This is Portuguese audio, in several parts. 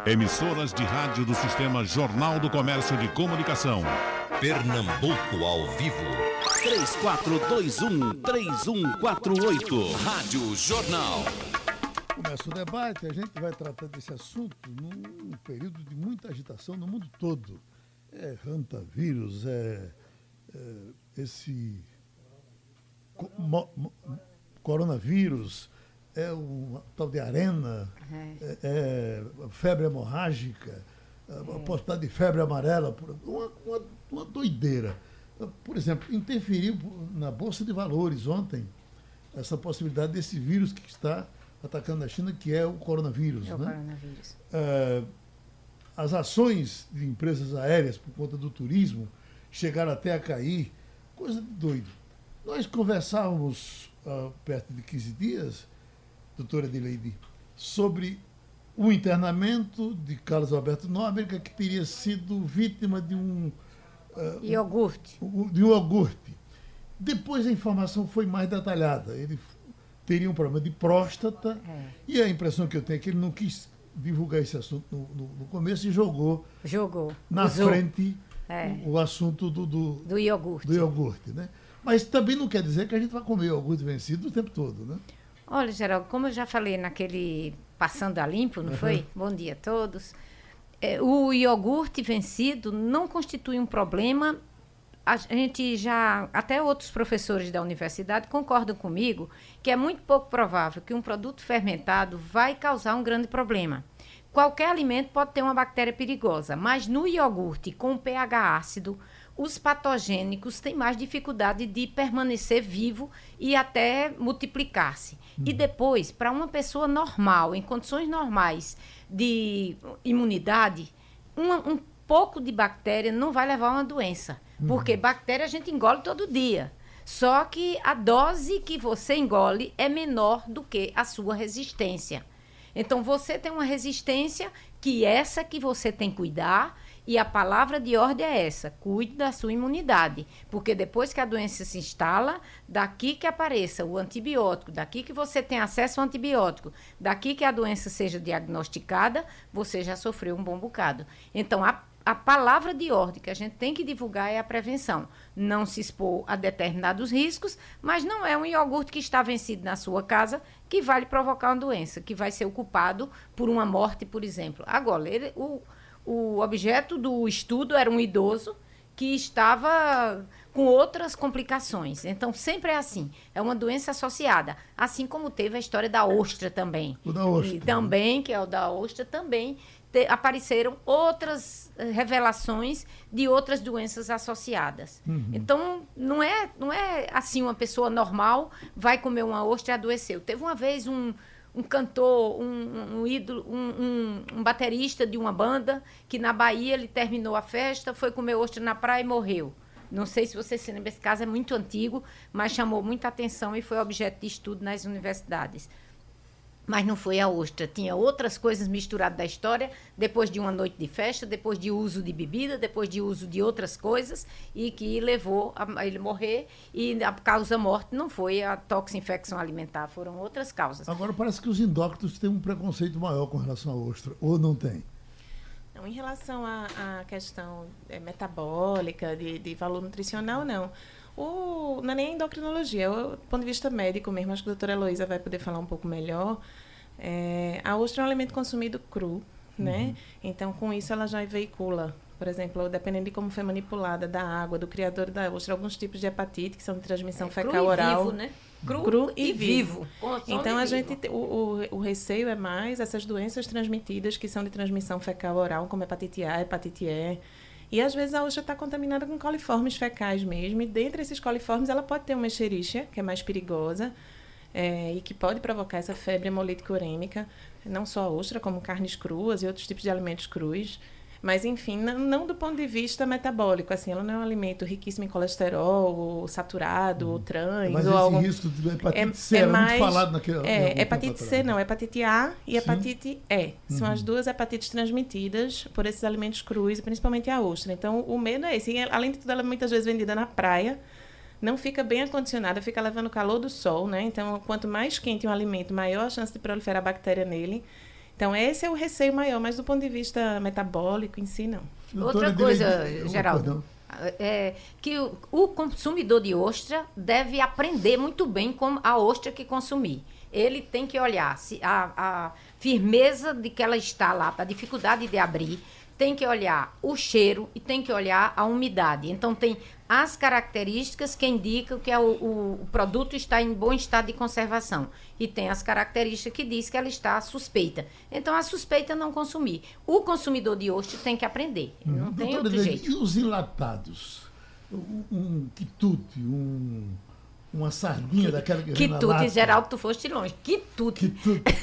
Emissoras de rádio do Sistema Jornal do Comércio de Comunicação. Pernambuco ao vivo. 3421-3148. Rádio Jornal. Começa o debate, a gente vai tratar desse assunto num período de muita agitação no mundo todo. É hantavírus, esse coronavírus, é o tal de arena, febre hemorrágica, a possibilidade de febre amarela, uma doideira. Por exemplo, interferiu na Bolsa de Valores ontem essa possibilidade desse vírus que está atacando a China, que é o coronavírus. Coronavírus. As ações de empresas aéreas por conta do turismo chegaram até a cair, coisa de doido. Nós conversávamos perto de 15 dias, doutora Edileide, sobre o internamento de Carlos Alberto Nóbrega, que teria sido vítima de um iogurte. De um iogurte. Depois a informação foi mais detalhada. Ele teria um problema de próstata, e a impressão que eu tenho é que ele não quis divulgar esse assunto no começo e jogou na frente o assunto do iogurte. Do iogurte, né? Mas também não quer dizer que a gente vai comer iogurte vencido o tempo todo, né? Olha, Geraldo, como eu já falei naquele Passando a Limpo, não foi? Bom dia a todos. O iogurte vencido não constitui um problema. A gente já, até outros professores da universidade concordam comigo que é muito pouco provável que um produto fermentado vai causar um grande problema. Qualquer alimento pode ter uma bactéria perigosa, mas no iogurte com pH ácido, os patogênicos têm mais dificuldade de permanecer vivo e até multiplicar-se. E depois, para uma pessoa normal, em condições normais de imunidade, um pouco de bactéria não vai levar a uma doença. Porque bactéria a gente engole todo dia. Só que a dose que você engole é menor do que a sua resistência. Então, você tem uma resistência que essa que você tem que cuidar, e a palavra de ordem é essa: cuide da sua imunidade. Porque depois que a doença se instala, daqui que apareça o antibiótico, daqui que você tem acesso ao antibiótico, daqui que a doença seja diagnosticada, você já sofreu um bom bocado. Então, a palavra de ordem que a gente tem que divulgar é a prevenção. Não se expor a determinados riscos, mas não é um iogurte que está vencido na sua casa que vai lhe provocar uma doença, que vai ser o culpado por uma morte, por exemplo. Agora, o objeto do estudo era um idoso que estava com outras complicações. Então, sempre é assim. É uma doença associada. Assim como teve a história da ostra também. O da ostra. E também, que é o da ostra, também apareceram outras revelações de outras doenças associadas. Então, não é assim, uma pessoa normal vai comer uma ostra e adoeceu. Teve uma vez um cantor, um ídolo, um baterista de uma banda, que na Bahia ele terminou a festa, foi comer ostra na praia e morreu. Não sei se você se lembra, esse caso é muito antigo, mas chamou muita atenção e foi objeto de estudo nas universidades. Mas não foi a ostra, tinha outras coisas misturadas da história, depois de uma noite de festa, depois de uso de bebida, depois de uso de outras coisas, e que levou a ele morrer, e a causa morte não foi a toxinfecção alimentar, foram outras causas. Agora parece que os endócrinos têm um preconceito maior com relação à ostra, ou não tem? Não, em relação à questão metabólica, de valor nutricional, não. Não é nem a endocrinologia, do ponto de vista médico mesmo, acho que a doutora Heloísa vai poder falar um pouco melhor. A ostra é um alimento consumido cru, né? Então, com isso, ela já veicula, por exemplo, dependendo de como foi manipulada, da água, do criador da ostra, alguns tipos de hepatite que são de transmissão fecal oral. Vivo, né? Cru e vivo. Então, a gente o receio é mais essas doenças transmitidas que são de transmissão fecal oral, como hepatite A, hepatite E. E, às vezes, a ostra está contaminada com coliformes fecais mesmo. E, dentre esses coliformes, ela pode ter uma Escherichia, que é mais perigosa, e que pode provocar essa febre hemolítica urêmica. Não só a ostra, como carnes cruas e outros tipos de alimentos crus. Mas, enfim, não do ponto de vista metabólico. Assim, ela não é um alimento riquíssimo em colesterol, ou saturado, ou trans. Mas ou esse algum... risco de hepatite C era muito falado naquele... hepatite C não, hepatite A e hepatite E. São as duas hepatites transmitidas por esses alimentos crus, e principalmente a ostra. Então, o medo é esse. E, além de tudo, ela é muitas vezes vendida na praia, não fica bem acondicionada, fica levando o calor do sol, né? Então, quanto mais quente um alimento, maior a chance de proliferar a bactéria nele. Então, esse é o receio maior, mas do ponto de vista metabólico em si, não. Outra coisa, Geraldo, é que o consumidor de ostra deve aprender muito bem com a ostra que consumir. Ele tem que olhar se a firmeza de que ela está lá, a dificuldade de abrir, tem que olhar o cheiro e tem que olhar a umidade. Então, tem as características que indicam que o produto está em bom estado de conservação. E tem as características que diz que ela está suspeita. Então, a suspeita é não consumir. O consumidor de ostra tem que aprender. Não tem outro jeito. E os enlatados? Um quitute, uma sardinha daquela que vem na lata. Quitute, Geraldo, tu foste longe. Quitute.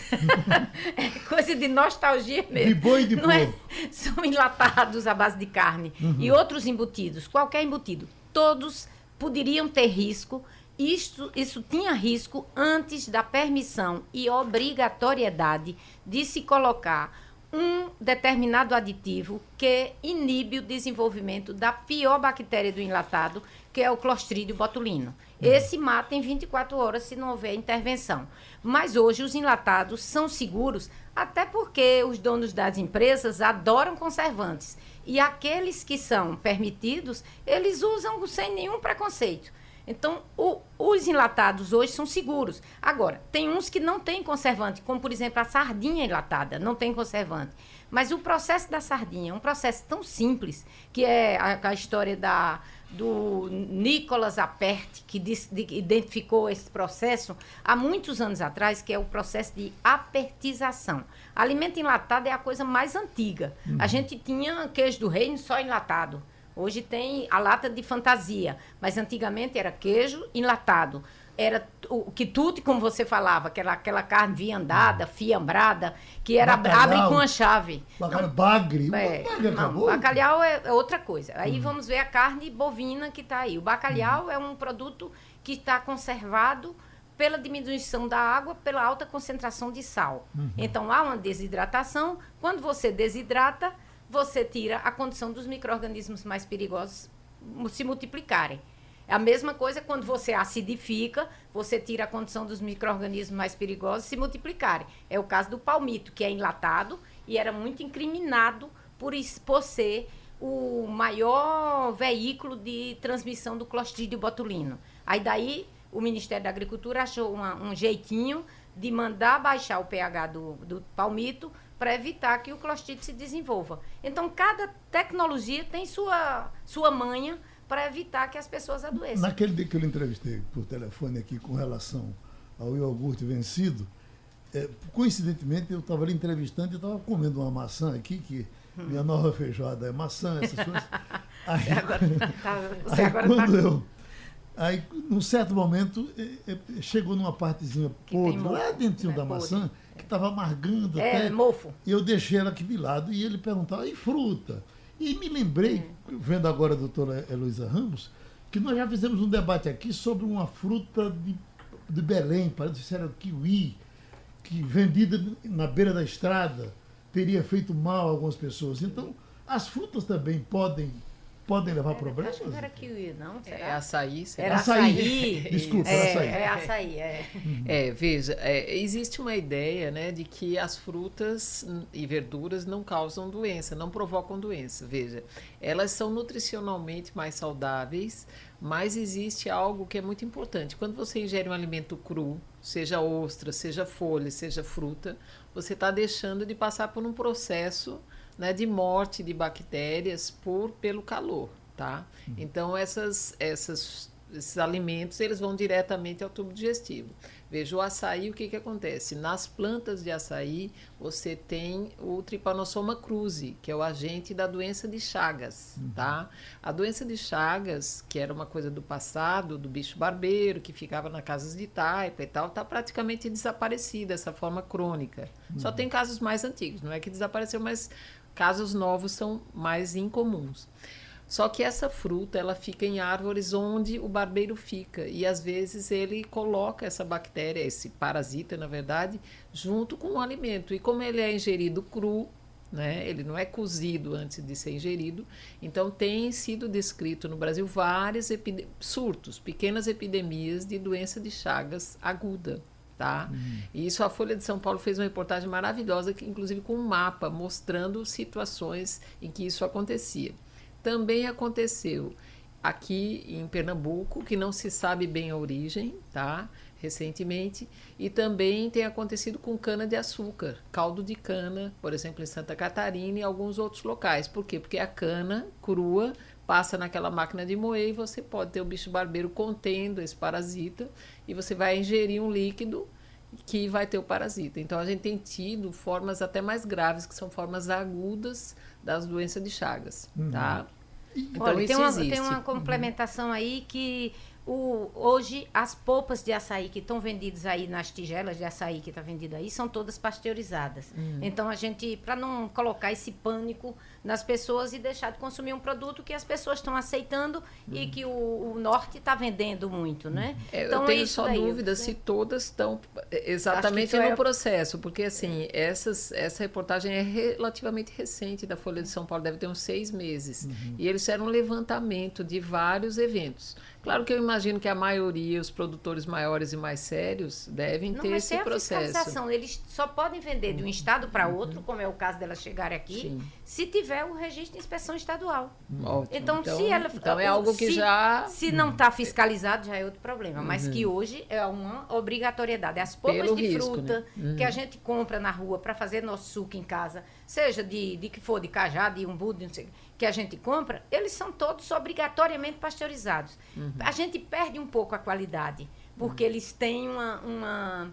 É coisa de nostalgia mesmo. De boi e de porco. São enlatados à base de carne. E outros embutidos, qualquer embutido. Todos poderiam ter risco. Isso tinha risco antes da permissão e obrigatoriedade de se colocar um determinado aditivo que inibe o desenvolvimento da pior bactéria do enlatado, que é o Clostridium botulino. Esse mata em 24 horas se não houver intervenção. Mas hoje os enlatados são seguros, até porque os donos das empresas adoram conservantes. E aqueles que são permitidos, eles usam sem nenhum preconceito. Então, os enlatados hoje são seguros. Agora, tem uns que não têm conservante, como, por exemplo, a sardinha enlatada, não tem conservante. Mas o processo da sardinha é um processo tão simples, que é a história do Nicolas Appert, que identificou esse processo há muitos anos atrás, que é o processo de apertização. Alimento enlatado é a coisa mais antiga. A gente tinha queijo do reino só enlatado. Hoje tem a lata de fantasia, mas antigamente era queijo enlatado. Era o quitute, como você falava, aquela carne viandada, fiambrada, que era abre com a chave. Bagre. Bacalhau é outra coisa. Aí vamos ver a carne bovina que está aí. O bacalhau é um produto que está conservado pela diminuição da água, pela alta concentração de sal. Então, há uma desidratação. Quando você desidrata, você tira a condição dos micro-organismos mais perigosos se multiplicarem. É a mesma coisa quando você acidifica, você tira a condição dos micro-organismos mais perigosos se multiplicarem. É o caso do palmito, que é enlatado e era muito incriminado por ser o maior veículo de transmissão do Clostridium botulino. Aí daí o Ministério da Agricultura achou um jeitinho de mandar baixar o pH do palmito para evitar que o Clostridium se desenvolva. Então, cada tecnologia tem sua manha para evitar que as pessoas adoeçam. Naquele dia que eu lhe entrevistei por telefone aqui com relação ao iogurte vencido, coincidentemente eu estava ali entrevistando e estava comendo uma maçã aqui, que minha nova feijoada é maçã, essas coisas. Aí, num certo momento, chegou numa partezinha podre, lá dentro da maçã, que estava amargando até. Mofo. E eu deixei ela aqui de lado e ele perguntava, e fruta? E me lembrei, vendo agora a doutora Heloísa Ramos, que nós já fizemos um debate aqui sobre uma fruta de Belém, parece que era o kiwi, que vendida na beira da estrada teria feito mal a algumas pessoas. Então, as frutas também podem levar problemas? Acho que não era kiwi, não. Será? É açaí. Era açaí. Desculpa, era açaí. É açaí, Veja, existe uma ideia, né, de que as frutas e verduras não causam doença, não provocam doença. Veja, elas são nutricionalmente mais saudáveis, mas existe algo que é muito importante. Quando você ingere um alimento cru, seja ostra, seja folha, seja fruta, você está deixando de passar por um processo, né, de morte de bactérias pelo calor, tá? Então, esses alimentos, eles vão diretamente ao tubo digestivo. Veja, o açaí, o que acontece? Nas plantas de açaí, você tem o Trypanosoma cruzi, que é o agente da doença de Chagas, tá? A doença de Chagas, que era uma coisa do passado, do bicho barbeiro, que ficava nas casas de taipa e tal, está praticamente desaparecida, essa forma crônica. Só tem casos mais antigos, não é que desapareceu, mas casos novos são mais incomuns. Só que essa fruta, ela fica em árvores onde o barbeiro fica. E, às vezes, ele coloca essa bactéria, esse parasita, na verdade, junto com o alimento. E como ele é ingerido cru, né, ele não é cozido antes de ser ingerido, então tem sido descrito no Brasil vários surtos, pequenas epidemias de doença de Chagas aguda. tá? E isso a Folha de São Paulo fez uma reportagem maravilhosa, que, inclusive com um mapa mostrando situações em que isso acontecia. Também aconteceu aqui em Pernambuco, que não se sabe bem a origem, tá? Recentemente, e também tem acontecido com cana-de-açúcar, caldo de cana, por exemplo, em Santa Catarina e alguns outros locais. Por quê? Porque a cana crua passa naquela máquina de moer e você pode ter o bicho barbeiro contendo esse parasita e você vai ingerir um líquido que vai ter o parasita. Então, a gente tem tido formas até mais graves, que são formas agudas das doenças de Chagas, tá? Então, olha, isso tem uma complementação aí que hoje as polpas de açaí que estão vendidas aí nas tigelas de açaí que está vendida aí são todas pasteurizadas. Então a gente, para não colocar esse pânico nas pessoas e deixar de consumir um produto que as pessoas estão aceitando e que o norte está vendendo muito, né? Então, eu tenho só dúvida se todas estão exatamente no processo, porque assim, essa reportagem é relativamente recente da Folha de São Paulo, deve ter uns 6 meses. E eles fizeram um levantamento de vários eventos. Claro que eu imagino que a maioria, os produtores maiores e mais sérios, devem ter esse processo. Eles só podem vender de um estado para outro, como é o caso delas chegarem aqui, se tiver o registro de inspeção estadual. Então, é algo que se não está fiscalizado, já é outro problema. Mas que hoje é uma obrigatoriedade. As polpas de fruta, né? Que a gente compra na rua para fazer nosso suco em casa, seja de que for, de cajá, de umbu, de não sei, que a gente compra, eles são todos obrigatoriamente pasteurizados. A gente perde um pouco a qualidade, porque eles têm uma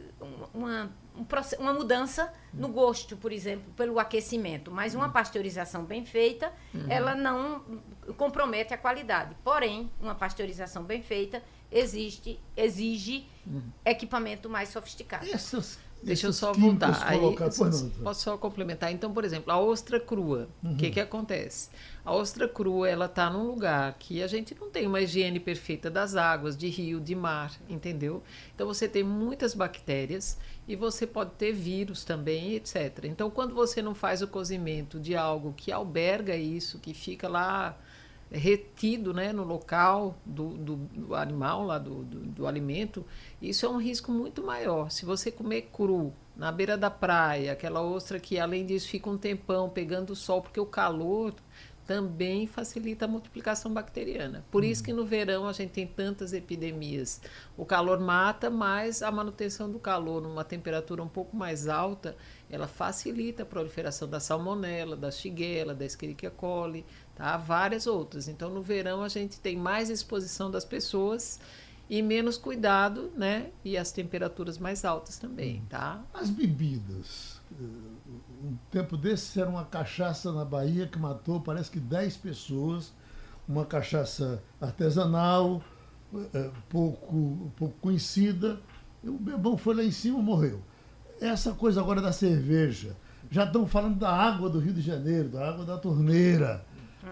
mudança no gosto, por exemplo, pelo aquecimento. Mas uma pasteurização bem feita, ela não compromete a qualidade. Porém, uma pasteurização bem feita exige equipamento mais sofisticado. Deixa eu só voltar. Aí, posso só complementar? Então, por exemplo, a ostra crua. O que acontece? A ostra crua, ela está num lugar que a gente não tem uma higiene perfeita das águas, de rio, de mar, entendeu? Então, você tem muitas bactérias e você pode ter vírus também, etc. Então, quando você não faz o cozimento de algo que alberga isso, que fica lá retido, né, no local do animal, lá do alimento, isso é um risco muito maior. Se você comer cru, na beira da praia, aquela ostra que, além disso, fica um tempão pegando o sol, porque o calor também facilita a multiplicação bacteriana. Por isso que no verão a gente tem tantas epidemias. O calor mata, mas a manutenção do calor numa temperatura um pouco mais alta, ela facilita a proliferação da salmonela, da shigella, da escherichia coli, tá? Várias outras. Então, no verão a gente tem mais exposição das pessoas e menos cuidado, né? E as temperaturas mais altas também, tá? As bebidas. Um tempo desse era uma cachaça na Bahia que matou, parece que 10 pessoas, uma cachaça artesanal, pouco conhecida, e o bebão foi lá em cima e morreu. Essa coisa agora da cerveja, já estão falando da água do Rio de Janeiro, da água da torneira.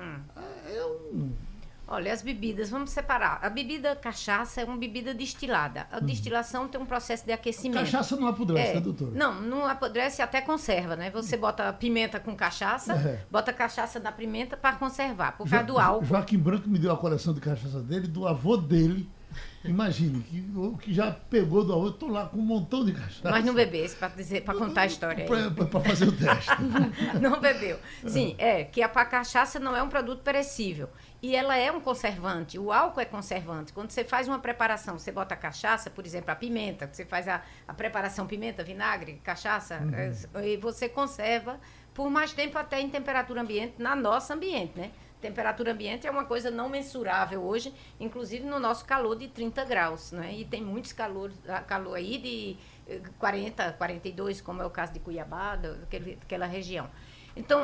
Olha, as bebidas, vamos separar. A bebida cachaça é uma bebida destilada. A destilação tem um processo de aquecimento. Cachaça não apodrece, né, doutora? Não apodrece, até conserva, né? Você bota pimenta com cachaça, bota cachaça na pimenta para conservar, por causa do álcool. Joaquim Branco me deu a coleção de cachaça dele, do avô dele. Imagine, que já pegou do avô, eu estou lá com um montão de cachaça. Mas não bebesse, para contar a história aí. Para fazer o teste. Não bebeu. Sim, que a cachaça não é um produto perecível. E ela é um conservante, o álcool é conservante. Quando você faz uma preparação, você bota a cachaça, por exemplo, a pimenta, você faz a preparação pimenta, vinagre, cachaça, e você conserva por mais tempo até em temperatura ambiente, na nossa ambiente, né? Temperatura ambiente é uma coisa não mensurável hoje, inclusive no nosso calor de 30 graus, né? E tem muitos calor aí de 40, 42, como é o caso de Cuiabá, daquela região. Então,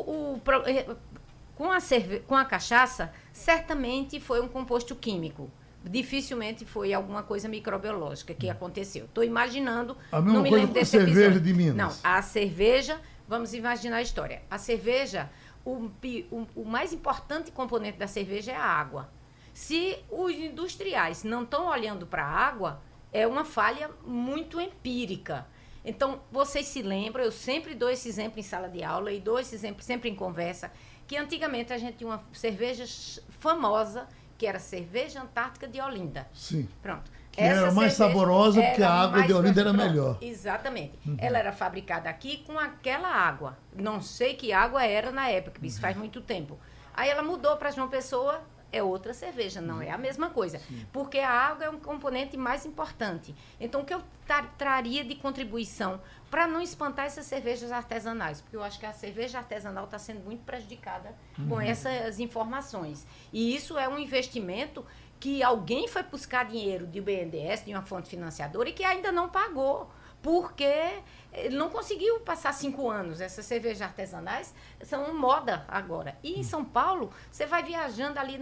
com a cachaça, certamente foi um composto químico. Dificilmente foi alguma coisa microbiológica que aconteceu. Estou imaginando... A mesma coisa com a cerveja de Minas. Não, a cerveja, vamos imaginar a história. A cerveja, o mais importante componente da cerveja é a água. Se os industriais não estão olhando para a água, é uma falha muito empírica. Então, vocês se lembram, eu sempre dou esse exemplo em sala de aula e dou esse exemplo sempre em conversa, que antigamente a gente tinha uma cerveja famosa, que era cerveja Antártica de Olinda. Sim. Pronto. Que era mais saborosa porque a água de Olinda era melhor. Exatamente. Ela era fabricada aqui com aquela água. Não sei que água era na época, isso faz muito tempo. Aí ela mudou para João Pessoa, é outra cerveja, não é a mesma coisa. Porque a água é um componente mais importante. Então, o que eu traria de contribuição para não espantar essas cervejas artesanais? Porque eu acho que a cerveja artesanal está sendo muito prejudicada com essas informações. E isso é um investimento que alguém foi buscar dinheiro do BNDES, de uma fonte financiadora, e que ainda não pagou, porque ele não conseguiu passar 5 anos. Essas cervejas artesanais são moda agora. E em São Paulo, você vai viajando ali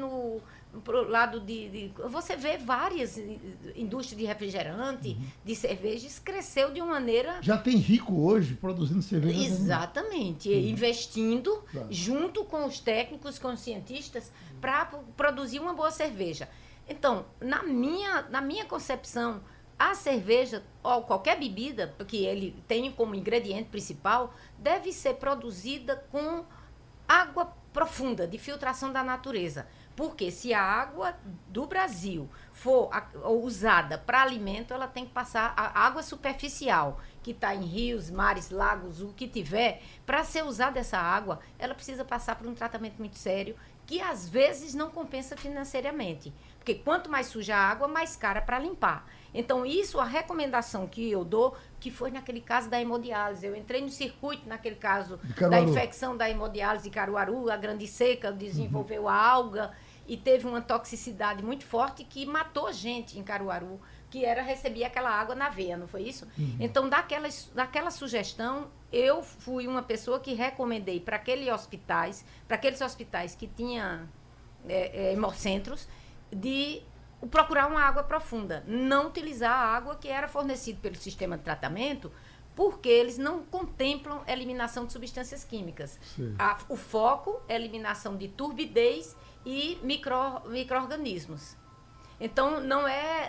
pro lado você vê várias indústrias de refrigerante, de cervejas, cresceu de uma maneira... Já tem rico hoje produzindo cerveja. Exatamente. Investindo junto com os técnicos, com os cientistas, para produzir uma boa cerveja. Então, na minha concepção, a cerveja, ou qualquer bebida que ele tem como ingrediente principal, deve ser produzida com água profunda, de filtração da natureza. Porque se a água do Brasil for usada para alimento, ela tem que passar a água superficial, que está em rios, mares, lagos, o que tiver, para ser usada essa água, ela precisa passar por um tratamento muito sério, que às vezes não compensa financeiramente. Porque quanto mais suja a água, mais cara para limpar. Então, isso, a recomendação que eu dou, que foi naquele caso da hemodiálise. Eu entrei no circuito naquele caso da infecção da hemodiálise de Caruaru, a grande seca desenvolveu a alga e teve uma toxicidade muito forte que matou gente em Caruaru, que recebia aquela água na veia, não foi isso? Então, daquela sugestão, eu fui uma pessoa que recomendei para aqueles hospitais que tinham hemocentros, de procurar uma água profunda, não utilizar a água que era fornecida pelo sistema de tratamento, porque eles não contemplam a eliminação de substâncias químicas. O foco é a eliminação de turbidez e micro-organismos. Então, não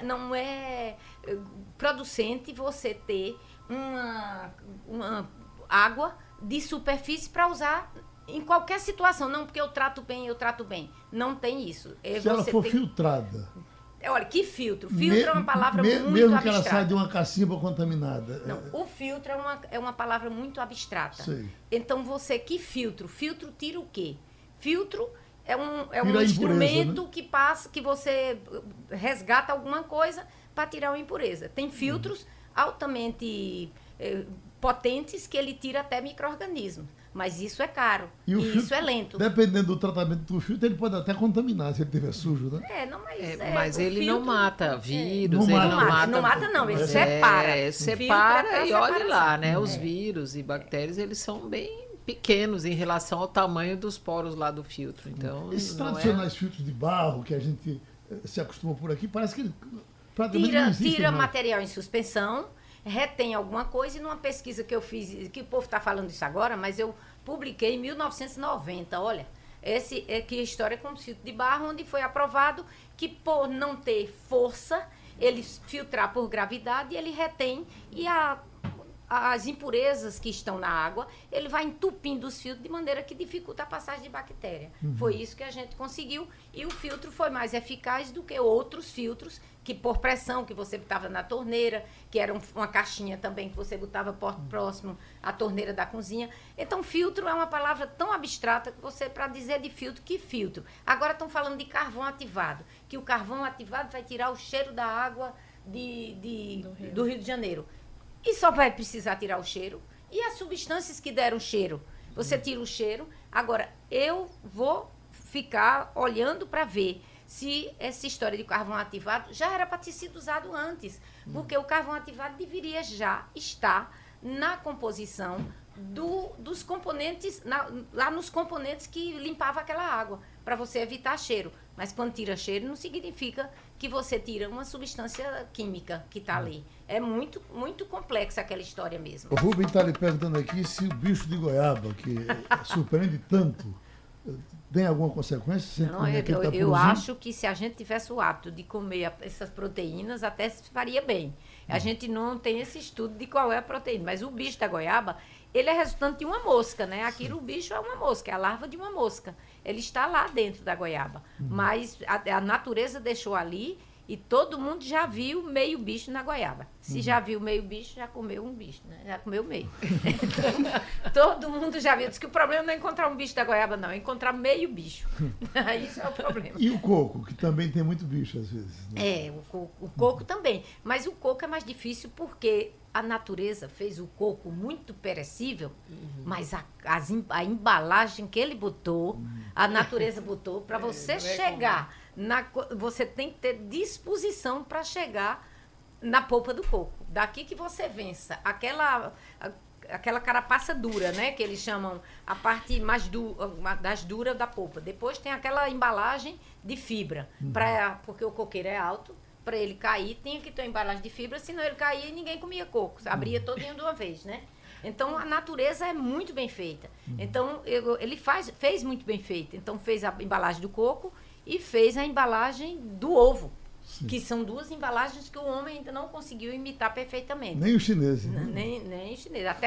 é producente você ter uma água de superfície para usar em qualquer situação. Não, porque eu trato bem. Não tem isso. Se ela for filtrada. Olha, que filtro? Filtro é uma palavra muito abstrata. Mesmo que ela saia de uma cacimba contaminada. Não, o filtro é uma palavra muito abstrata. Sei. Então, que filtro? Filtro tira o quê? Filtro é um instrumento, né, que você resgata alguma coisa para tirar uma impureza. Tem filtros altamente potentes que ele tira até micro-organismos. Mas isso é caro. E isso é lento. Dependendo do tratamento do filtro, ele pode até contaminar se ele estiver sujo, né? Mas ele filtro, não mata vírus, não mata, ele separa. Separa e olha lá, né? Os vírus e bactérias, eles são bem pequenos em relação ao tamanho dos poros lá do filtro. Então, esses tradicionais filtros de barro que a gente se acostumou por aqui, parece que praticamente não existem tira mais. Material em suspensão, retém alguma coisa, e numa pesquisa que eu fiz, que o povo está falando isso agora, mas eu publiquei em 1990, olha, que história com o filtro de barro, onde foi aprovado que por não ter força, ele filtrar por gravidade, ele retém, e as impurezas que estão na água, ele vai entupindo os filtros de maneira que dificulta a passagem de bactéria. Foi isso que a gente conseguiu, e o filtro foi mais eficaz do que outros filtros, que por pressão, que você botava na torneira, que era uma caixinha também que você botava próximo à torneira da cozinha. Então, filtro é uma palavra tão abstrata que você, para dizer de filtro, que filtro? Agora estão falando de carvão ativado, que o carvão ativado vai tirar o cheiro da água do Rio de Janeiro. E só vai precisar tirar o cheiro. E as substâncias que deram cheiro? Você tira o cheiro. Agora, eu vou ficar olhando para ver se essa história de carvão ativado já era para ter sido usado antes. Porque o carvão ativado deveria já estar na composição dos componentes, lá nos componentes que limpava aquela água, para você evitar cheiro. Mas quando tira cheiro, não significa que você tira uma substância química que está ali. É muito, muito complexa aquela história mesmo. O Rubem está lhe perguntando aqui se o bicho de goiaba, que surpreende tanto, tem alguma consequência? Não, eu acho que se a gente tivesse o hábito de comer essas proteínas, até se faria bem. A gente não tem esse estudo de qual é a proteína, mas o bicho da goiaba, ele é resultante de uma mosca, né? Aquilo, o bicho é uma mosca, é a larva de uma mosca. Ele está lá dentro da goiaba. Mas a natureza deixou ali, E todo mundo já viu meio bicho na goiaba. Se já viu meio bicho, já comeu um bicho, né? Já comeu meio. Então, todo mundo já viu. Diz que o problema não é encontrar um bicho da goiaba, não. É encontrar meio bicho. Isso é o problema. E o coco, que também tem muito bicho às vezes. Né? O coco também. Mas o coco é mais difícil porque a natureza fez o coco muito perecível, mas a embalagem que ele botou, a natureza botou, para você chegar... você tem que ter disposição para chegar na polpa do coco. Daqui que você vença aquela carapaça dura, né? Que eles chamam a parte mais das duras da polpa. Depois tem aquela embalagem de fibra, porque o coqueiro é alto. Para ele cair, tinha que ter uma embalagem de fibra, senão ele caía e ninguém comia coco. Abria todinho de uma vez, né? Então, a natureza é muito bem feita. Então, ele fez muito bem feito. Então, fez a embalagem do coco e fez a embalagem do ovo. Sim. Que são duas embalagens que o homem ainda não conseguiu imitar perfeitamente. Nem os chineses. Nem os chineses. Até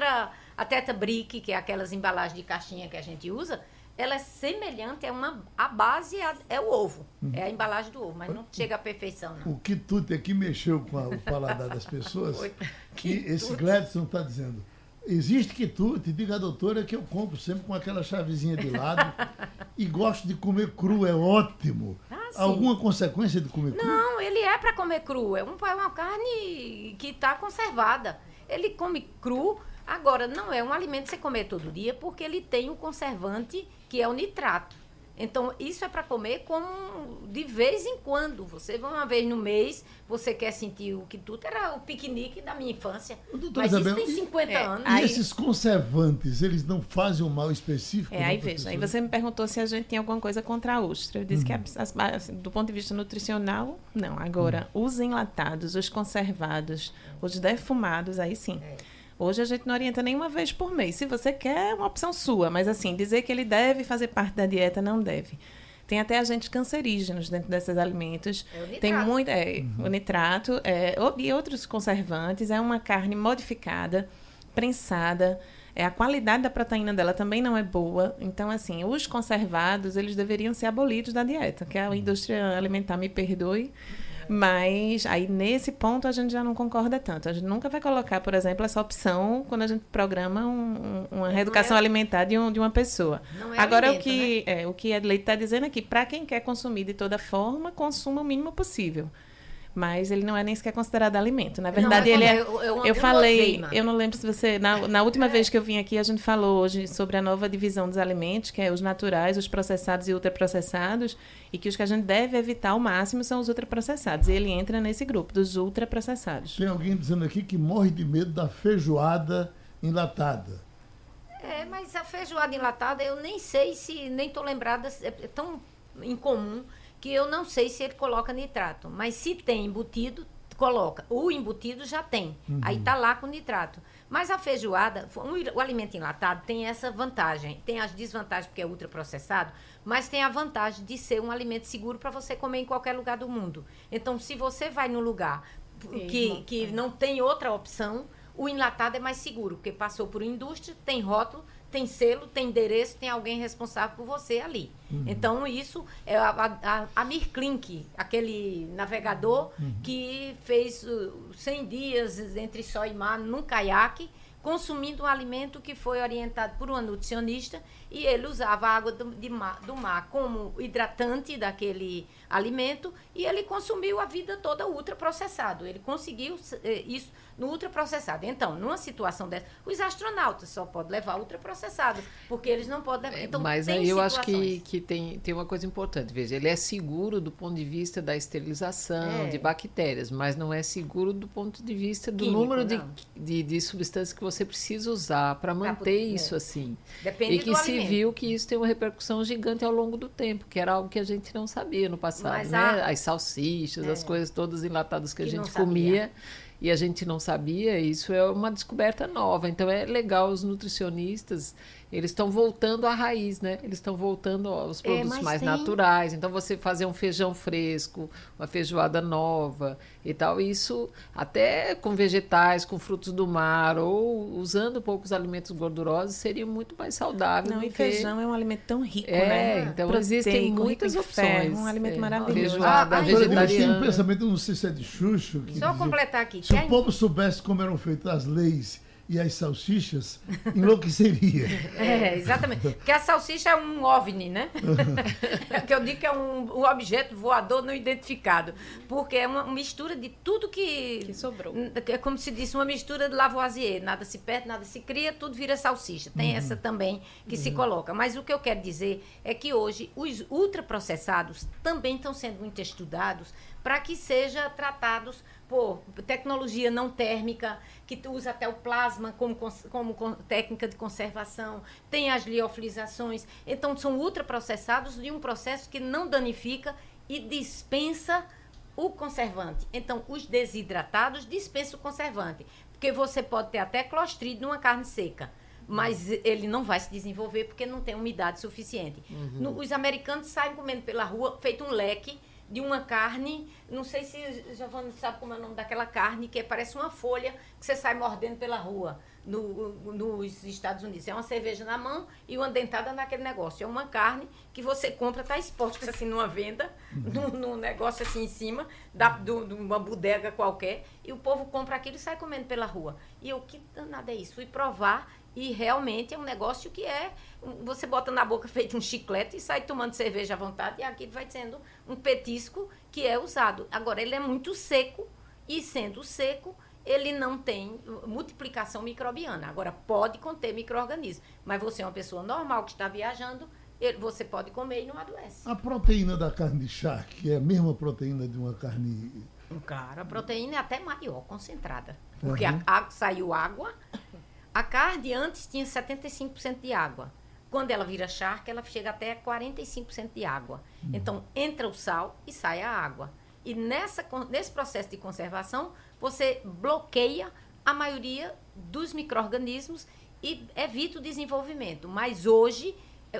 a Tetra Brick, que é aquelas embalagens de caixinha que a gente usa, ela é semelhante, a base é o ovo, é a embalagem do ovo, mas não chega à perfeição, não. O quitute aqui mexeu com o paladar das pessoas, que esse Gladson está dizendo, existe quitute, diga à doutora que eu compro sempre com aquela chavezinha de lado e gosto de comer cru, é ótimo. Alguma consequência de comer cru? Não, ele é para comer cru, é uma carne que está conservada. Ele come cru. Agora, não é um alimento que você comer todo dia, porque ele tem um conservante, que é o nitrato. Então, isso é para comer de vez em quando. Você vai uma vez no mês, você quer sentir o quitute, era o piquenique da minha infância. Mas Isabel, isso tem 50 anos. E esses conservantes, eles não fazem um mal específico? Aí veja, aí você me perguntou se a gente tem alguma coisa contra a ostra. Eu disse que, do ponto de vista nutricional, não. Agora, os enlatados, os conservados, os defumados, aí sim. Hoje a gente não orienta nem uma vez por mês. Se você quer, é uma opção sua. Mas, assim, dizer que ele deve fazer parte da dieta, não deve. Tem até agentes cancerígenos dentro desses alimentos. É o nitrato. Tem muito, o nitrato e outros conservantes. É uma carne modificada, prensada. A qualidade da proteína dela também não é boa. Então, assim, os conservados, eles deveriam ser abolidos da dieta. Que a indústria alimentar me perdoe. Mas aí, nesse ponto, a gente já não concorda tanto. A gente nunca vai colocar, por exemplo, essa opção quando a gente programa uma reeducação alimentar de uma pessoa. Não é agora, alimento, o que a Leite está dizendo aqui, para quem quer consumir de toda forma, consuma o mínimo possível. Mas ele não é nem sequer considerado alimento. Na verdade, ele é... Eu falei, eu não lembro se você... Na última vez que eu vim aqui, a gente falou hoje sobre a nova divisão dos alimentos, que é os naturais, os processados e ultraprocessados, e que os que a gente deve evitar ao máximo são os ultraprocessados. E ele entra nesse grupo, dos ultraprocessados. Tem alguém dizendo aqui que morre de medo da feijoada enlatada. Mas a feijoada enlatada, eu nem sei se... Nem estou lembrada, é tão incomum... que eu não sei se ele coloca nitrato, mas se tem embutido, coloca. O embutido já tem, aí está lá com nitrato. Mas a feijoada, o alimento enlatado tem essa vantagem, tem as desvantagens porque é ultraprocessado, mas tem a vantagem de ser um alimento seguro para você comer em qualquer lugar do mundo. Então, se você vai num lugar que não tem outra opção, o enlatado é mais seguro, porque passou por indústria, tem rótulo, tem selo, tem endereço, tem alguém responsável por você ali. Então, isso é a Mirklink, aquele navegador que fez 100 dias entre sol e mar num caiaque, consumindo um alimento que foi orientado por uma nutricionista, e ele usava a água do mar como hidratante daquele alimento, e ele consumiu a vida toda ultraprocessado. Ele conseguiu isso no ultraprocessado. Então, numa situação dessa, os astronautas só podem levar ultraprocessado, porque eles não podem levar. Então, mas aí eu acho que tem uma coisa importante. Veja, ele é seguro do ponto de vista da esterilização, de bactérias, mas não é seguro do ponto de vista do químico, número de substâncias que você precisa usar para manter isso assim. Depende e que se viu que isso tem uma repercussão gigante ao longo do tempo, que era algo que a gente não sabia no passado, mas né? As salsichas, as coisas todas enlatadas que a gente comia e a gente não sabia, isso é uma descoberta nova. Então é legal os nutricionistas eles estão voltando à raiz, né? Eles estão voltando aos produtos mais naturais. Então, você fazer um feijão fresco, uma feijoada nova e tal, isso até com vegetais, com frutos do mar, ou usando poucos alimentos gordurosos, seria muito mais saudável. Não, e feijão é um alimento tão rico, né? Então, proteico, existem muitas opções. Ferro, um alimento maravilhoso. Feijoada vegetariana. Eu tenho um pensamento, não sei se é de Xuxo. Só completar aqui. Se o povo soubesse como eram feitas as leis e as salsichas, enlouqueceria. Exatamente. Porque a salsicha é um OVNI, né? Que eu digo que é um objeto voador não identificado. Porque é uma mistura de tudo que sobrou. É como se disse, uma mistura de Lavoisier. Nada se perde, nada se cria, tudo vira salsicha. Tem essa também que se coloca. Mas o que eu quero dizer é que hoje os ultraprocessados também estão sendo muito estudados para que sejam tratados por tecnologia não térmica, que usa até o plasma como técnica de conservação, tem as liofilizações. Então, são ultraprocessados de um processo que não danifica e dispensa o conservante. Então, os desidratados dispensam o conservante, porque você pode ter até clostridio numa carne seca, mas ele não vai se desenvolver porque não tem umidade suficiente. Os americanos saem comendo pela rua, feito um leque, de uma carne, não sei se Giovanni sabe como é o nome daquela carne, que parece uma folha que você sai mordendo pela rua nos Estados Unidos. É uma cerveja na mão e uma dentada naquele negócio. É uma carne que você compra, está exposta assim numa venda, num negócio assim em cima, de uma bodega qualquer, e o povo compra aquilo e sai comendo pela rua. E eu, que danado é isso? Fui provar. E realmente é um negócio que você bota na boca feito um chiclete e sai tomando cerveja à vontade, e aquilo vai sendo um petisco que é usado. Agora, ele é muito seco, e sendo seco, ele não tem multiplicação microbiana. Agora, pode conter micro-organismos, mas você é uma pessoa normal que está viajando, você pode comer e não adoece. A proteína da carne de charque é a mesma proteína de uma carne... Cara, a proteína é até maior, concentrada. Porque saiu água... A carne antes tinha 75% de água. Quando ela vira charque, ela chega até 45% de água. Então, entra o sal e sai a água. E nesse processo de conservação, você bloqueia a maioria dos micro-organismos e evita o desenvolvimento. Mas hoje,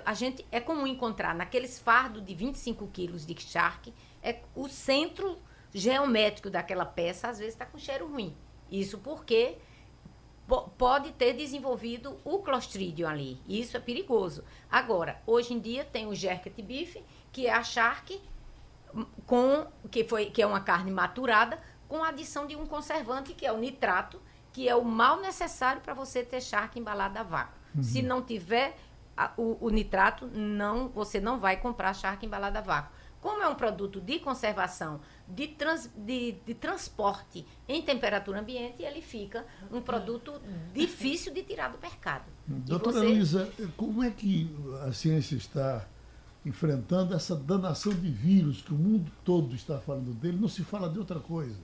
é comum encontrar naqueles fardos de 25 quilos de charque, o centro geométrico daquela peça, às vezes, está com cheiro ruim. Isso porque... pode ter desenvolvido o clostridio ali. E isso é perigoso. Agora, hoje em dia tem o jerky beef, que é a charque, que é uma carne maturada, com a adição de um conservante, que é o nitrato, que é o mal necessário para você ter charque embalada a vácuo. Se não tiver o nitrato, você não vai comprar charque embalada a vácuo. Como é um produto de conservação, de transporte em temperatura ambiente, ele fica um produto difícil de tirar do mercado. Doutora Luísa, como é que a ciência está enfrentando essa danação de vírus que o mundo todo está falando dele? Não se fala de outra coisa.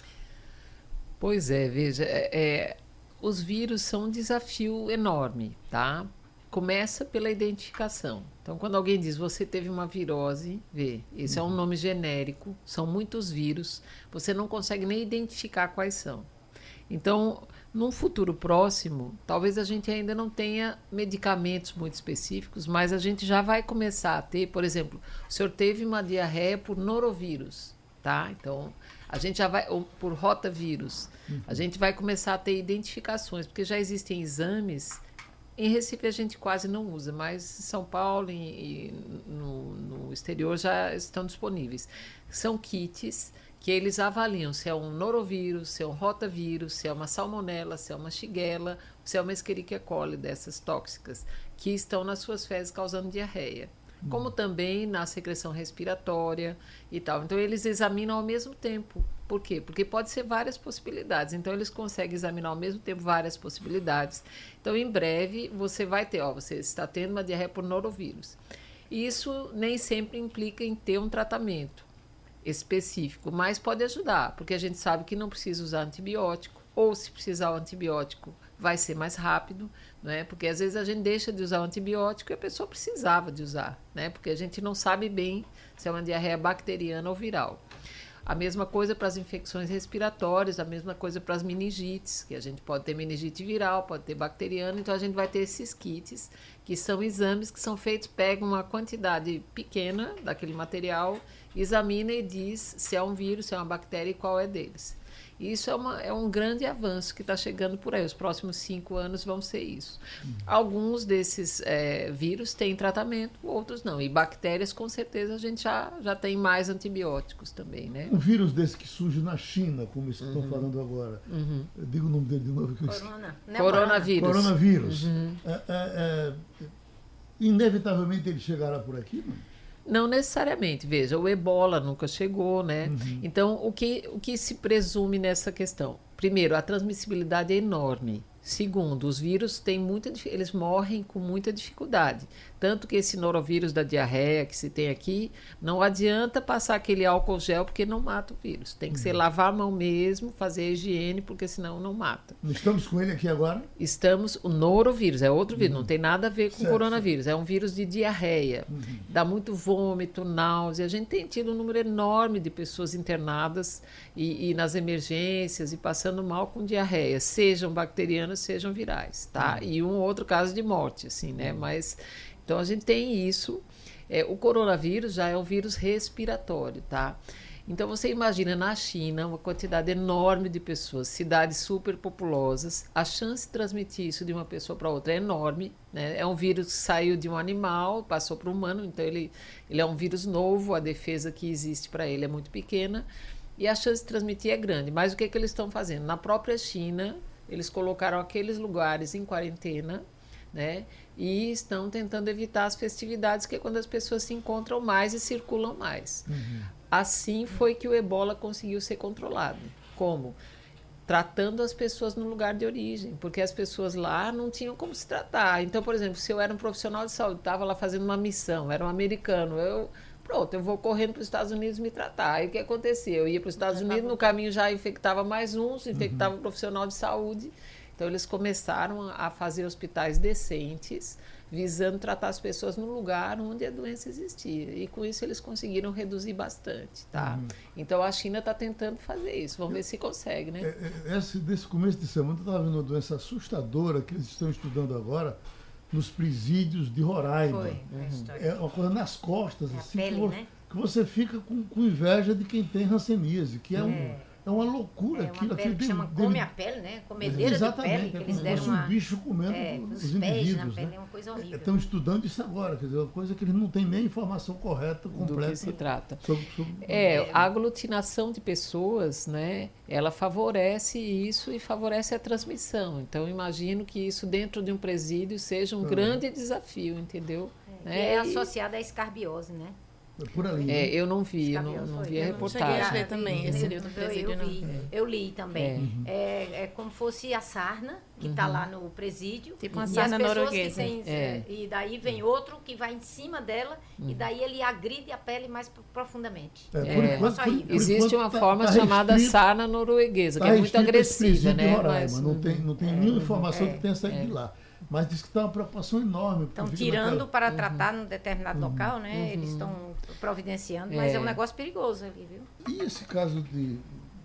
Pois é, veja, os vírus são um desafio enorme, tá? Começa pela identificação. Então, quando alguém diz, você teve uma virose, esse é um nome genérico, são muitos vírus, você não consegue nem identificar quais são. Então, num futuro próximo, talvez a gente ainda não tenha medicamentos muito específicos, mas a gente já vai começar a ter, por exemplo, o senhor teve uma diarreia por norovírus, tá? Então, a gente já vai, ou por rotavírus, a gente vai começar a ter identificações, porque já existem exames. Em Recife a gente quase não usa, mas em São Paulo e no exterior já estão disponíveis. São kits que eles avaliam se é um norovírus, se é um rotavírus, se é uma salmonela, se é uma shigella, se é uma Escherichia coli dessas tóxicas, que estão nas suas fezes causando diarreia. Como também na secreção respiratória e tal. Então, eles examinam ao mesmo tempo. Por quê? Porque pode ser várias possibilidades. Então, eles conseguem examinar ao mesmo tempo várias possibilidades. Então, em breve, você vai ter, você está tendo uma diarreia por norovírus. Isso nem sempre implica em ter um tratamento específico, mas pode ajudar, porque a gente sabe que não precisa usar antibiótico, ou se precisar o antibiótico, vai ser mais rápido, né? Porque às vezes a gente deixa de usar o antibiótico e a pessoa precisava de usar, né? Porque a gente não sabe bem se é uma diarreia bacteriana ou viral. A mesma coisa para as infecções respiratórias, a mesma coisa para as meningites, que a gente pode ter meningite viral, pode ter bacteriana, então a gente vai ter esses kits, que são exames que são feitos, pegam uma quantidade pequena daquele material, examina e diz se é um vírus, se é uma bactéria e qual é deles. Isso é um grande avanço que está chegando por aí. Os próximos 5 anos vão ser isso. Alguns desses vírus têm tratamento, outros não. E bactérias, com certeza, a gente já tem mais antibióticos também, né? Um vírus desse que surge na China, como isso que estão falando agora. Eu digo o nome dele de novo. Que Coronavírus. Coronavírus. Inevitavelmente ele chegará por aqui, não? Não necessariamente. Veja, o ebola nunca chegou, né? Então, o que se presume nessa questão? Primeiro, a transmissibilidade é enorme. Segundo, os vírus eles morrem com muita dificuldade. Tanto que esse norovírus da diarreia que se tem aqui, não adianta passar aquele álcool gel porque não mata o vírus. Tem que ser lavar a mão mesmo, fazer a higiene, porque senão não mata. Estamos com ele aqui agora? O norovírus, é outro vírus, não tem nada a ver com coronavírus. É um vírus de diarreia. Dá muito vômito, náusea. A gente tem tido um número enorme de pessoas internadas e nas emergências e passando mal com diarreia, sejam bacterianas, sejam virais, tá? E um outro caso de morte, assim, né? Mas, então a gente tem isso. O coronavírus já é um vírus respiratório, tá? Então você imagina na China uma quantidade enorme de pessoas, cidades super populosas, a chance de transmitir isso de uma pessoa para outra é enorme, né? É um vírus que saiu de um animal, passou para o humano, então ele é um vírus novo, a defesa que existe para ele é muito pequena e a chance de transmitir é grande. Mas o que eles estão fazendo? Na própria China, eles colocaram aqueles lugares em quarentena, né? E estão tentando evitar as festividades, que é quando as pessoas se encontram mais e circulam mais. Assim foi que o ebola conseguiu ser controlado. Como? Tratando as pessoas no lugar de origem, porque as pessoas lá não tinham como se tratar. Então, por exemplo, se eu era um profissional de saúde, estava lá fazendo uma missão, era um americano, eu vou correndo para os Estados Unidos me tratar. Aí o que acontecia? Eu ia para os Estados Unidos, no caminho já infectava mais uns, infectava um profissional de saúde. Então, eles começaram a fazer hospitais decentes, visando tratar as pessoas no lugar onde a doença existia. E com isso eles conseguiram reduzir bastante, tá? Então, a China está tentando fazer isso. Vamos ver se consegue, né? Desse começo de semana, eu estava vendo uma doença assustadora que eles estão estudando agora nos presídios de Roraima. É uma coisa nas costas, assim, pele, né? que você fica com inveja de quem tem hanseníase, que é uma loucura aquilo. Pele que chama come a pele, né? Comedeira de pele, que eles deram um bicho comendo os indivíduos. É uma coisa horrível. Estão estudando isso agora, quer dizer, uma coisa que eles não têm nem informação correta, completa. Do que se trata. Sobre a aglutinação de pessoas, né? Ela favorece isso e favorece a transmissão. Então, imagino que isso dentro de um presídio seja um grande desafio, entendeu? É associado à escarbiose, né? Por ali. Eu não vi, não vi a reportagem. Cheguei a ver também esse livro do presídio. Eu li também. É como fosse a sarna, que está lá no presídio. Tipo uma sarna norueguesa. E daí vem outro que vai em cima dela, e daí ele agride a pele mais profundamente. Existe uma forma chamada sarna norueguesa, que é muito agressiva, né? Mas não tem nenhuma informação que tenha saído de lá. Mas diz que está uma preocupação enorme. Estão tirando para tratar num determinado local, né? Eles estão providenciando, mas é um negócio perigoso ali, viu? E esse caso de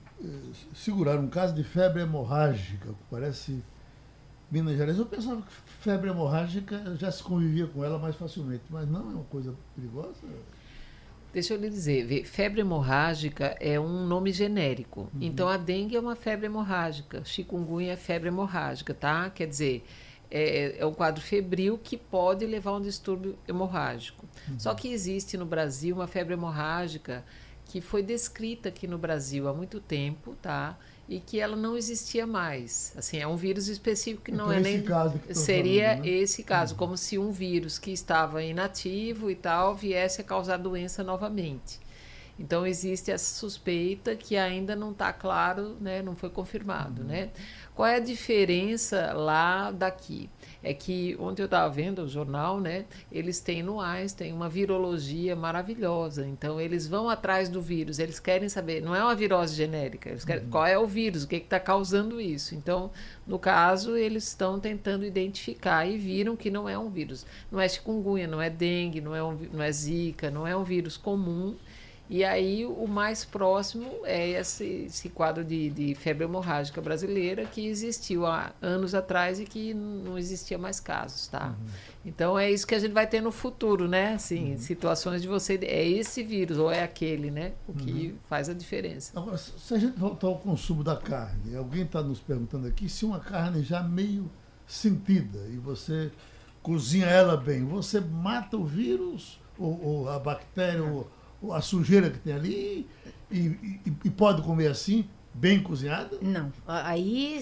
segurar um caso de febre hemorrágica, parece Minas Gerais. Eu pensava que febre hemorrágica já se convivia com ela mais facilmente, mas não é uma coisa perigosa? Deixa eu lhe dizer, febre hemorrágica é um nome genérico. Então, a dengue é uma febre hemorrágica, chikungunya é febre hemorrágica, tá? Quer dizer, é um quadro febril que pode levar a um distúrbio hemorrágico. Só que existe no Brasil uma febre hemorrágica que foi descrita aqui no Brasil há muito tempo, tá? E que ela não existia mais. Assim, é um vírus específico que não é nem... Seria falando, né? Esse caso, como se um vírus que estava inativo e tal viesse a causar doença novamente. Então, existe essa suspeita que ainda não está claro, né? Não foi confirmado, né? Qual é a diferença lá daqui? É que ontem eu estava vendo o jornal, né? Eles têm no Einstein uma virologia maravilhosa. Então, eles vão atrás do vírus. Eles querem saber, não é uma virose genérica, eles querem qual é o vírus, o que está causando isso. Então, no caso, eles estão tentando identificar e viram que não é um vírus. Não é chikungunya, não é dengue, não é zika, não é um vírus comum. E aí o mais próximo é esse quadro de febre hemorrágica brasileira que existiu há anos atrás e que não existia mais casos, tá? Então é isso que a gente vai ter no futuro, né? Assim, situações de você, é esse vírus ou é aquele, né? O que faz a diferença. Agora, se a gente voltar ao consumo da carne, alguém está nos perguntando aqui se uma carne já meio sentida e você cozinha ela bem, você mata o vírus ou a bactéria ou a sujeira que tem ali e pode comer assim, bem cozinhada? Não. Aí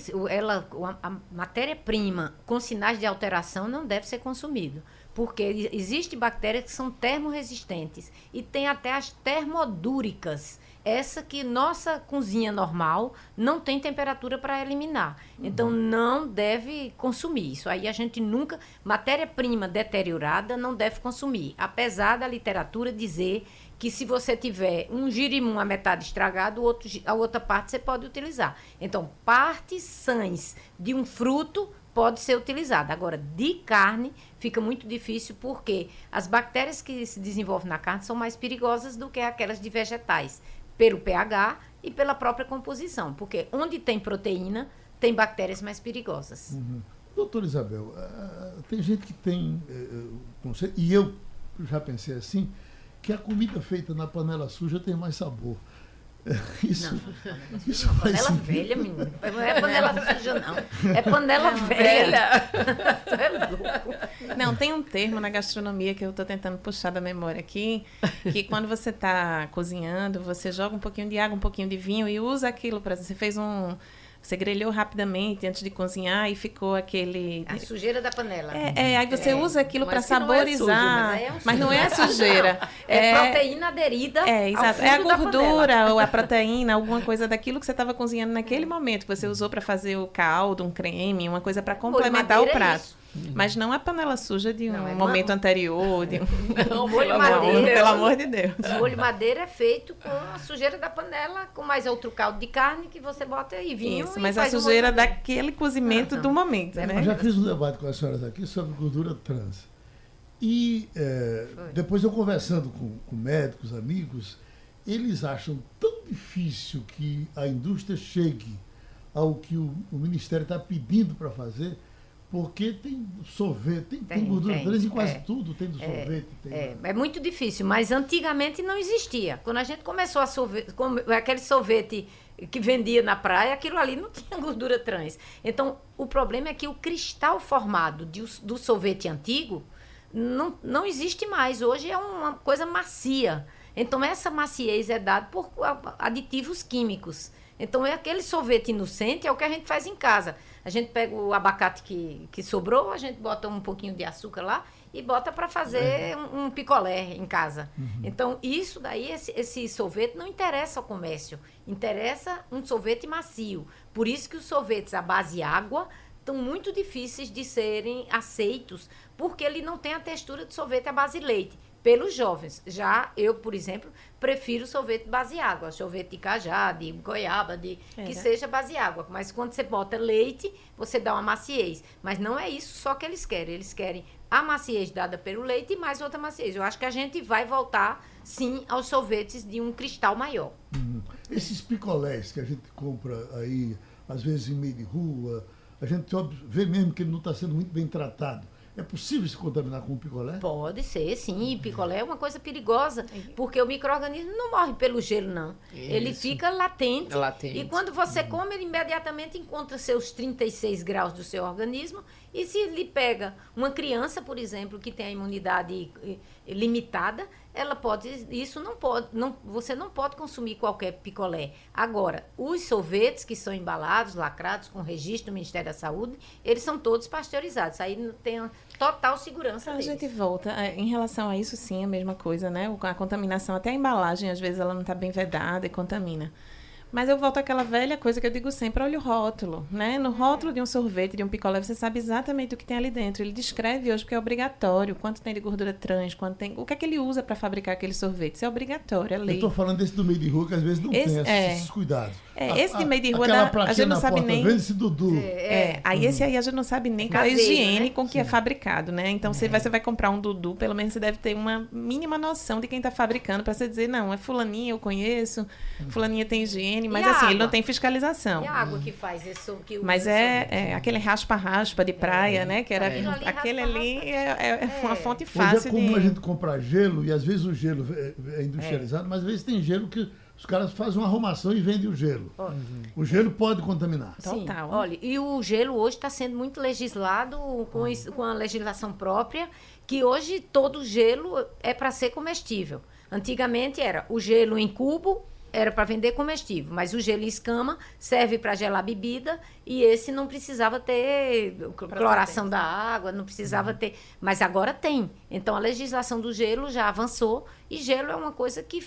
a matéria-prima com sinais de alteração não deve ser consumido. Porque existem bactérias que são termorresistentes e tem até as termodúricas. Essa que nossa cozinha normal não tem temperatura para eliminar. Então, não deve consumir. Isso aí a gente nunca... Matéria-prima deteriorada não deve consumir. Apesar da literatura dizer que se você tiver um girimum a metade estragado, a outra parte você pode utilizar. Então, partes sãs de um fruto pode ser utilizada. Agora, de carne, fica muito difícil porque as bactérias que se desenvolvem na carne são mais perigosas do que aquelas de vegetais, pelo pH e pela própria composição. Porque onde tem proteína, tem bactérias mais perigosas. Doutora Isabel, tem gente que tem conceito, e eu já pensei assim, que a comida feita na panela suja tem mais sabor. Isso faz panela sentido. velha, menino. Não é panela suja, não. É panela velha. É louco. Não, tem um termo na gastronomia que eu estou tentando puxar da memória aqui, que quando você está cozinhando, você joga um pouquinho de água, um pouquinho de vinho e usa aquilo para... Você grelhou rapidamente antes de cozinhar e ficou aquele... A sujeira da panela. Aí você usa aquilo para saborizar. Mas não é sujeira. É proteína aderida exato. ao fundo a gordura da ou a proteína, alguma coisa daquilo que você estava cozinhando naquele momento, que você usou para fazer o caldo, um creme, uma coisa para complementar o prato. Mas não a panela suja de um momento anterior. Não, molho madeira. Pelo amor de Deus. O molho madeira é feito com a sujeira da panela, com mais outro caldo de carne que você bota e vinho. Isso, mas a sujeira daquele cozimento do momento, né? Eu já fiz um debate com as senhoras aqui sobre gordura trans. E depois eu conversando com médicos, amigos, eles acham tão difícil que a indústria chegue ao que o Ministério está pedindo para fazer, porque tem sorvete, tem gordura trans em quase tudo, tem do sorvete. É muito difícil, mas antigamente não existia. Quando a gente começou a aquele sorvete que vendia na praia, aquilo ali não tinha gordura trans. Então, o problema é que o cristal formado do sorvete antigo não existe mais. Hoje é uma coisa macia. Então, essa maciez é dada por aditivos químicos. Então, aquele sorvete inocente é o que a gente faz em casa. A gente pega o abacate que sobrou, a gente bota um pouquinho de açúcar lá e bota para fazer um picolé em casa. Então, isso daí, esse sorvete não interessa ao comércio. Interessa um sorvete macio. Por isso que os sorvetes à base de água estão muito difíceis de serem aceitos, porque ele não tem a textura de sorvete à base de leite. Pelos jovens. Já eu, por exemplo, prefiro sorvete base de água. Sorvete de cajá, de goiaba, que seja base de água. Mas quando você bota leite, você dá uma maciez. Mas não é isso só que eles querem. Eles querem a maciez dada pelo leite e mais outra maciez. Eu acho que a gente vai voltar, sim, aos sorvetes de um cristal maior. Esses picolés que a gente compra aí, às vezes em meio de rua, a gente vê mesmo que ele não está sendo muito bem tratado. É possível se contaminar com um picolé? Pode ser, sim. E picolé é uma coisa perigosa, porque o micro-organismo não morre pelo gelo, não. Isso. Ele fica latente. E quando você come, ele imediatamente encontra seus 36 graus do seu organismo. E se ele pega uma criança, por exemplo, que tem a imunidade limitada, ela pode... você não pode consumir qualquer picolé. Agora, os sorvetes que são embalados, lacrados, com registro do Ministério da Saúde, eles são todos pasteurizados. Aí tem total segurança deles. A gente volta. Em relação a isso, sim, a mesma coisa, né? A contaminação, até a embalagem, às vezes, ela não está bem vedada e contamina. Mas eu volto àquela velha coisa que eu digo sempre, olha o rótulo, né? No rótulo de um sorvete, de um picolé, você sabe exatamente o que tem ali dentro. Ele descreve hoje porque é obrigatório, quanto tem de gordura trans, o que é que ele usa para fabricar aquele sorvete. Isso é obrigatório, é lei. Eu estou falando desse do meio de rua, que às vezes não tem esses cuidados. Esse de meio de rua, a gente não sabe nem... Vende esse Dudu. Aí esse aí a gente não sabe nem qual é a higiene, né? Com que é fabricado, né? Então, você vai comprar um Dudu, pelo menos você deve ter uma mínima noção de quem está fabricando, para você dizer, não, é fulaninha, eu conheço, fulaninha tem higiene, mas assim, ele não tem fiscalização. E a água que faz isso? Mas é aquele raspa-raspa de praia, né? Que era aquele ali é uma fonte fácil. É comum a gente comprar gelo, e às vezes o gelo é industrializado, mas às vezes tem gelo que os caras fazem uma arrumação e vendem o gelo. O gelo pode contaminar. Total. Olha, e o gelo hoje está sendo muito legislado com a legislação própria, que hoje todo gelo é para ser comestível. Antigamente era o gelo em cubo, era para vender comestível, mas o gelo em escama serve para gelar bebida e esse não precisava ter cloração da água, não precisava ter, mas agora tem. Então a legislação do gelo já avançou e gelo é uma coisa que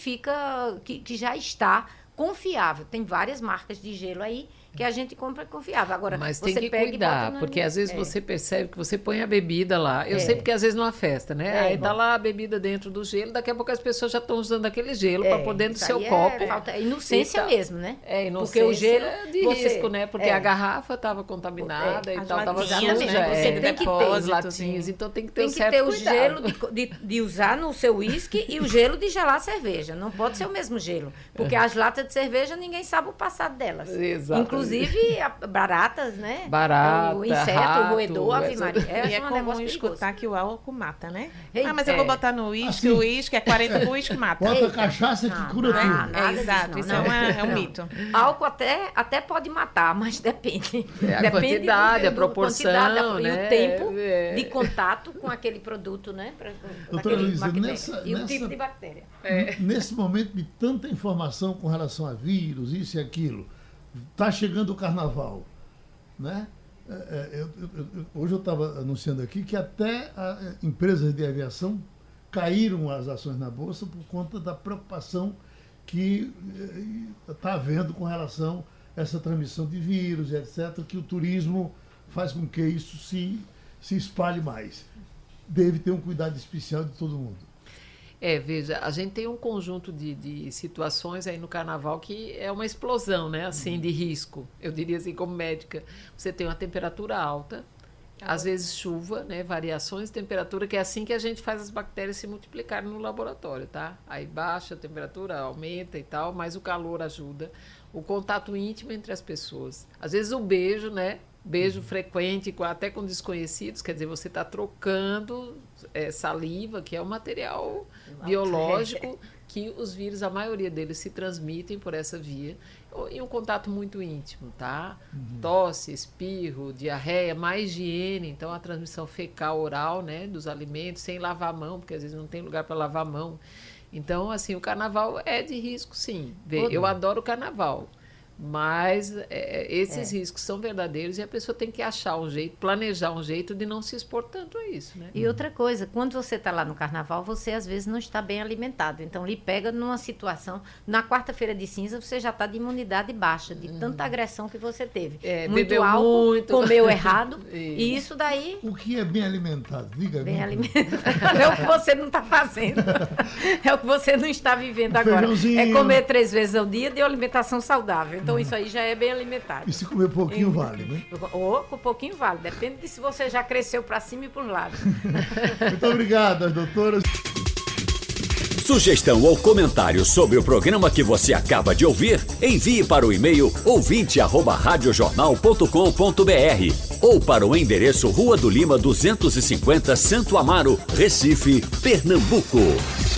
que já está confiável. Tem várias marcas de gelo aí que a gente compra confiável. Agora, mas tem que cuidar, porque às vezes você percebe que você põe a bebida lá. Eu sei porque às vezes numa festa, né? Aí tá lá a bebida dentro do gelo, daqui a pouco as pessoas já estão usando aquele gelo para pôr dentro do seu copo. Falta inocência mesmo, né? Inocência, porque o gelo é de risco, né? Porque a garrafa estava contaminada e tal, estava suja. Você tem que ter as latinhas, então tem que ter o gelo de usar no seu uísque e o gelo de gelar a cerveja. Não pode ser o mesmo gelo, porque as latas de cerveja ninguém sabe o passado delas. Exato. Inclusive baratas, né? Barata, o inseto, rato, o roedor, Ave Maria. E é comum escutar que o álcool mata, né? Eita. Mas eu vou botar no uísque, o uísque é 40 com uísque mata. Bota a cachaça que cura tudo. Exato, isso é um mito. Álcool até pode matar, mas depende. A quantidade, a proporção, né? E o tempo de contato com aquele produto, né? Doutora Luísa, e o tipo de bactéria. Nesse momento de tanta informação com relação a vírus, isso e aquilo, está chegando o carnaval, né? Hoje eu estava anunciando aqui que até empresas de aviação caíram as ações na Bolsa por conta da preocupação que está havendo com relação a essa transmissão de vírus, etc., que o turismo faz com que isso se espalhe mais. Deve ter um cuidado especial de todo mundo. Veja, a gente tem um conjunto de situações aí no carnaval que é uma explosão, né? Assim, de risco. Eu diria assim, como médica, você tem uma temperatura alta, às vezes chuva, né? Variações de temperatura, que é assim que a gente faz as bactérias se multiplicarem no laboratório, tá? Aí baixa a temperatura, aumenta e tal, mas o calor ajuda. O contato íntimo entre as pessoas. Às vezes o beijo, né? Beijo frequente, até com desconhecidos, quer dizer, você está trocando saliva, que é um material biológico que os vírus, a maioria deles, se transmitem por essa via, e um contato muito íntimo, tá? Tosse, espirro, diarreia, má higiene, então a transmissão fecal oral, né, dos alimentos, sem lavar a mão, porque às vezes não tem lugar para lavar a mão. Então, assim, o carnaval é de risco, sim. Eu adoro o carnaval. Mas esses riscos são verdadeiros e a pessoa tem que achar um jeito, planejar um jeito de não se expor tanto a isso, né? E outra coisa, quando você está lá no carnaval, você às vezes não está bem alimentado. Então, lhe pega numa situação... Na quarta-feira de cinza, você já está de imunidade baixa, de tanta agressão que você teve. Muito álcool, muito. Comeu errado. E isso daí... O que é bem alimentado? Diga. Bem alimentado. É o que você não está fazendo. É o que você não está vivendo agora. É comer 3 vezes ao dia de alimentação saudável. Então, isso aí já é bem alimentado. E se comer pouquinho, vale, né? Com pouquinho vale. Depende de se você já cresceu para cima e por lado. Muito obrigado, doutoras. Sugestão ou comentário sobre o programa que você acaba de ouvir, envie para o e-mail ouvinte@radiojornal.com.br ou para o endereço Rua do Lima 250, Santo Amaro, Recife, Pernambuco.